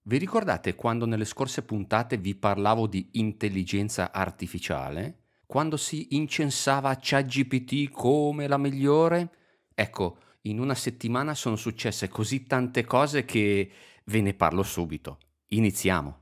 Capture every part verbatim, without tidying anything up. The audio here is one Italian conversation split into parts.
Vi ricordate quando nelle scorse puntate vi parlavo di intelligenza artificiale? Quando si incensava ChatGPT come la migliore? Ecco, in una settimana sono successe così tante cose che ve ne parlo subito. Iniziamo.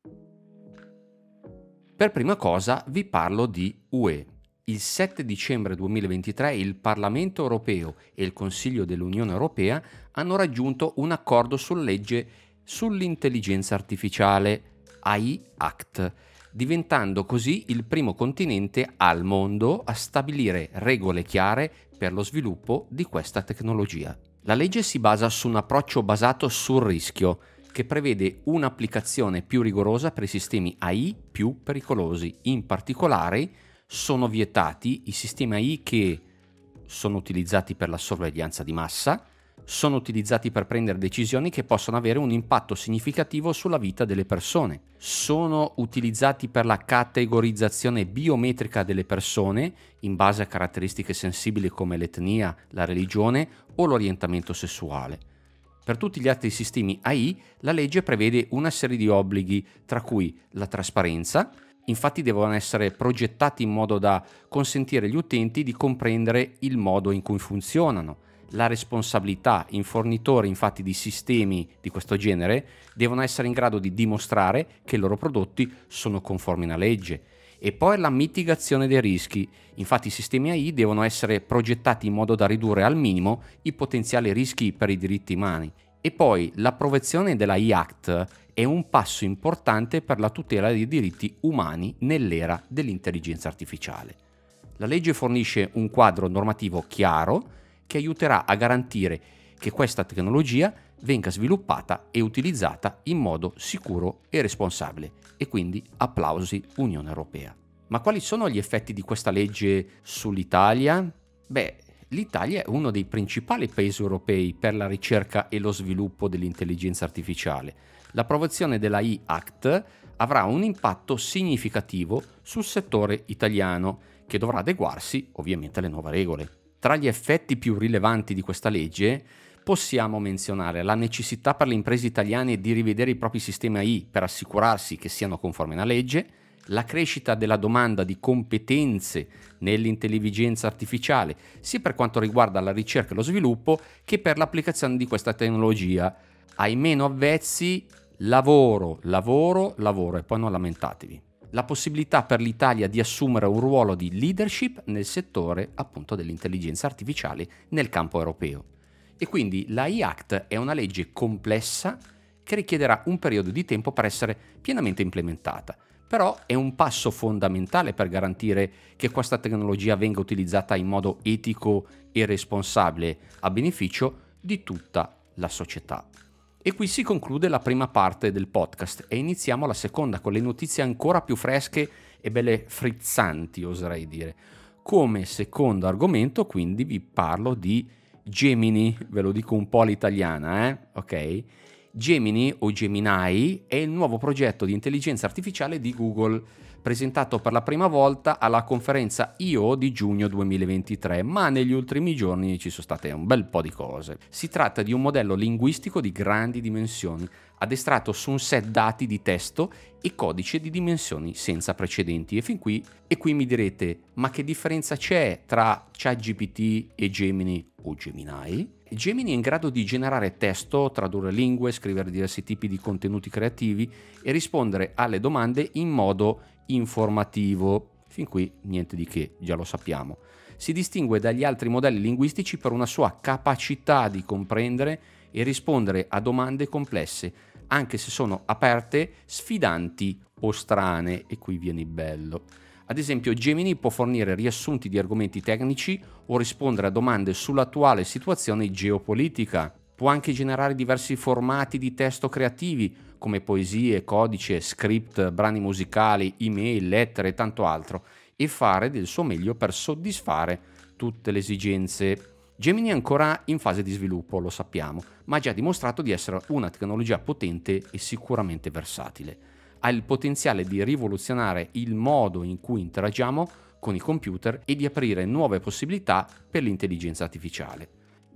Per prima cosa vi parlo di U E. Il sette dicembre duemilaventitré il Parlamento europeo e il Consiglio dell'Unione Europea hanno raggiunto un accordo sulla legge sull'intelligenza artificiale A I Act, diventando così il primo continente al mondo a stabilire regole chiare per lo sviluppo di questa tecnologia. La legge si basa su un approccio basato sul rischio, che prevede un'applicazione più rigorosa per i sistemi A I più pericolosi. In particolare sono vietati i sistemi A I che sono utilizzati per la sorveglianza di massa, sono utilizzati per prendere decisioni che possono avere un impatto significativo sulla vita delle persone, sono utilizzati per la categorizzazione biometrica delle persone in base a caratteristiche sensibili come l'etnia, la religione o l'orientamento sessuale. Per tutti gli altri sistemi A I, la legge prevede una serie di obblighi, tra cui la trasparenza. Infatti devono essere progettati in modo da consentire agli utenti di comprendere il modo in cui funzionano. La responsabilità, i fornitori infatti di sistemi di questo genere devono essere in grado di dimostrare che i loro prodotti sono conformi alla legge. E poi la mitigazione dei rischi. Infatti i sistemi A I devono essere progettati in modo da ridurre al minimo i potenziali rischi per i diritti umani. E poi l'approvazione della A I Act è un passo importante per la tutela dei diritti umani nell'era dell'intelligenza artificiale. La legge fornisce un quadro normativo chiaro che aiuterà a garantire che questa tecnologia venga sviluppata e utilizzata in modo sicuro e responsabile. E quindi applausi Unione Europea. Ma quali sono gli effetti di questa legge sull'Italia? Beh, l'Italia è uno dei principali paesi europei per la ricerca e lo sviluppo dell'intelligenza artificiale. L'approvazione della A I Act avrà un impatto significativo sul settore italiano, che dovrà adeguarsi ovviamente alle nuove regole. Tra gli effetti più rilevanti di questa legge possiamo menzionare la necessità per le imprese italiane di rivedere i propri sistemi A I per assicurarsi che siano conformi alla legge, la crescita della domanda di competenze nell'intelligenza artificiale, sia per quanto riguarda la ricerca e lo sviluppo che per l'applicazione di questa tecnologia. Ai meno avvezzi, lavoro, lavoro, lavoro e poi non lamentatevi. La possibilità per l'Italia di assumere un ruolo di leadership nel settore appunto dell'intelligenza artificiale nel campo europeo. E quindi la A I Act è una legge complessa che richiederà un periodo di tempo per essere pienamente implementata, però è un passo fondamentale per garantire che questa tecnologia venga utilizzata in modo etico e responsabile a beneficio di tutta la società. E qui si conclude la prima parte del podcast e iniziamo la seconda con le notizie ancora più fresche e belle frizzanti, oserei dire. Come secondo argomento quindi vi parlo di Gemini, ve lo dico un po' all'italiana, eh? Ok? Gemini o Gemini è il nuovo progetto di intelligenza artificiale di Google, presentato per la prima volta alla conferenza I O di giugno duemilaventitré, ma negli ultimi giorni ci sono state un bel po' di cose. Si tratta di un modello linguistico di grandi dimensioni, addestrato su un set dati di testo e codice di dimensioni senza precedenti. E fin qui, e qui mi direte, ma che differenza c'è tra ChatGPT e Gemini o Gemini? Gemini è in grado di generare testo, tradurre lingue, scrivere diversi tipi di contenuti creativi e rispondere alle domande in modo informativo. Fin qui niente di che, già lo sappiamo. Si distingue dagli altri modelli linguistici per una sua capacità di comprendere e rispondere a domande complesse, anche se sono aperte, sfidanti o strane, e qui viene il bello. Ad esempio, Gemini può fornire riassunti di argomenti tecnici o rispondere a domande sull'attuale situazione geopolitica. Può anche generare diversi formati di testo creativi, come poesie, codice, script, brani musicali, email, lettere e tanto altro, e fare del suo meglio per soddisfare tutte le esigenze. Gemini è ancora in fase di sviluppo, lo sappiamo, ma ha già dimostrato di essere una tecnologia potente e sicuramente versatile. Ha il potenziale di rivoluzionare il modo in cui interagiamo con i computer e di aprire nuove possibilità per l'intelligenza artificiale.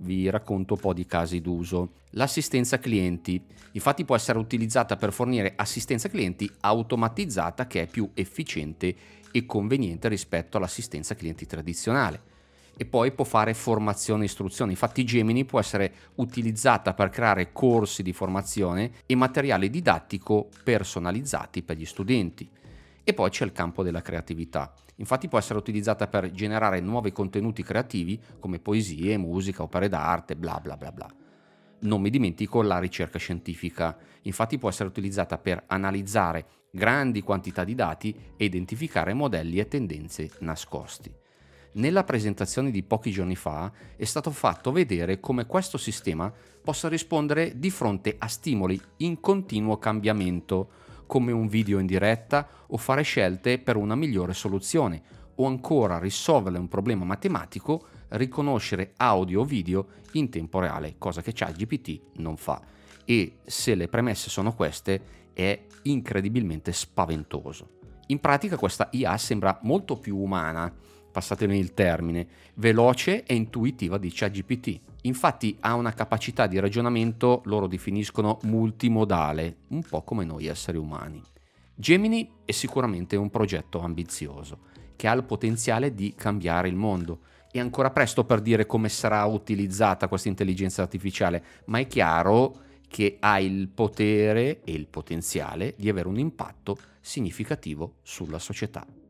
Vi racconto un po' di casi d'uso. L'assistenza clienti, infatti, può essere utilizzata per fornire assistenza clienti automatizzata, che è più efficiente e conveniente rispetto all'assistenza clienti tradizionale. E poi può fare formazione e istruzione. Infatti Gemini può essere utilizzata per creare corsi di formazione e materiale didattico personalizzati per gli studenti. E poi c'è il campo della creatività. Infatti può essere utilizzata per generare nuovi contenuti creativi come poesie, musica, opere d'arte, bla bla bla bla. Non mi dimentico la ricerca scientifica. Infatti può essere utilizzata per analizzare grandi quantità di dati e identificare modelli e tendenze nascosti. Nella presentazione di pochi giorni fa è stato fatto vedere come questo sistema possa rispondere di fronte a stimoli in continuo cambiamento, come un video in diretta o fare scelte per una migliore soluzione, o ancora risolvere un problema matematico, riconoscere audio o video in tempo reale, cosa che ChatGPT non fa. E se le premesse sono queste, è incredibilmente spaventoso. In pratica questa I A sembra molto più umana, passatemi il termine, veloce e intuitiva di ChatGPT. Infatti ha una capacità di ragionamento, loro definiscono multimodale, un po' come noi esseri umani. Gemini è sicuramente un progetto ambizioso, che ha il potenziale di cambiare il mondo. È ancora presto per dire come sarà utilizzata questa intelligenza artificiale, ma è chiaro che ha il potere e il potenziale di avere un impatto significativo sulla società.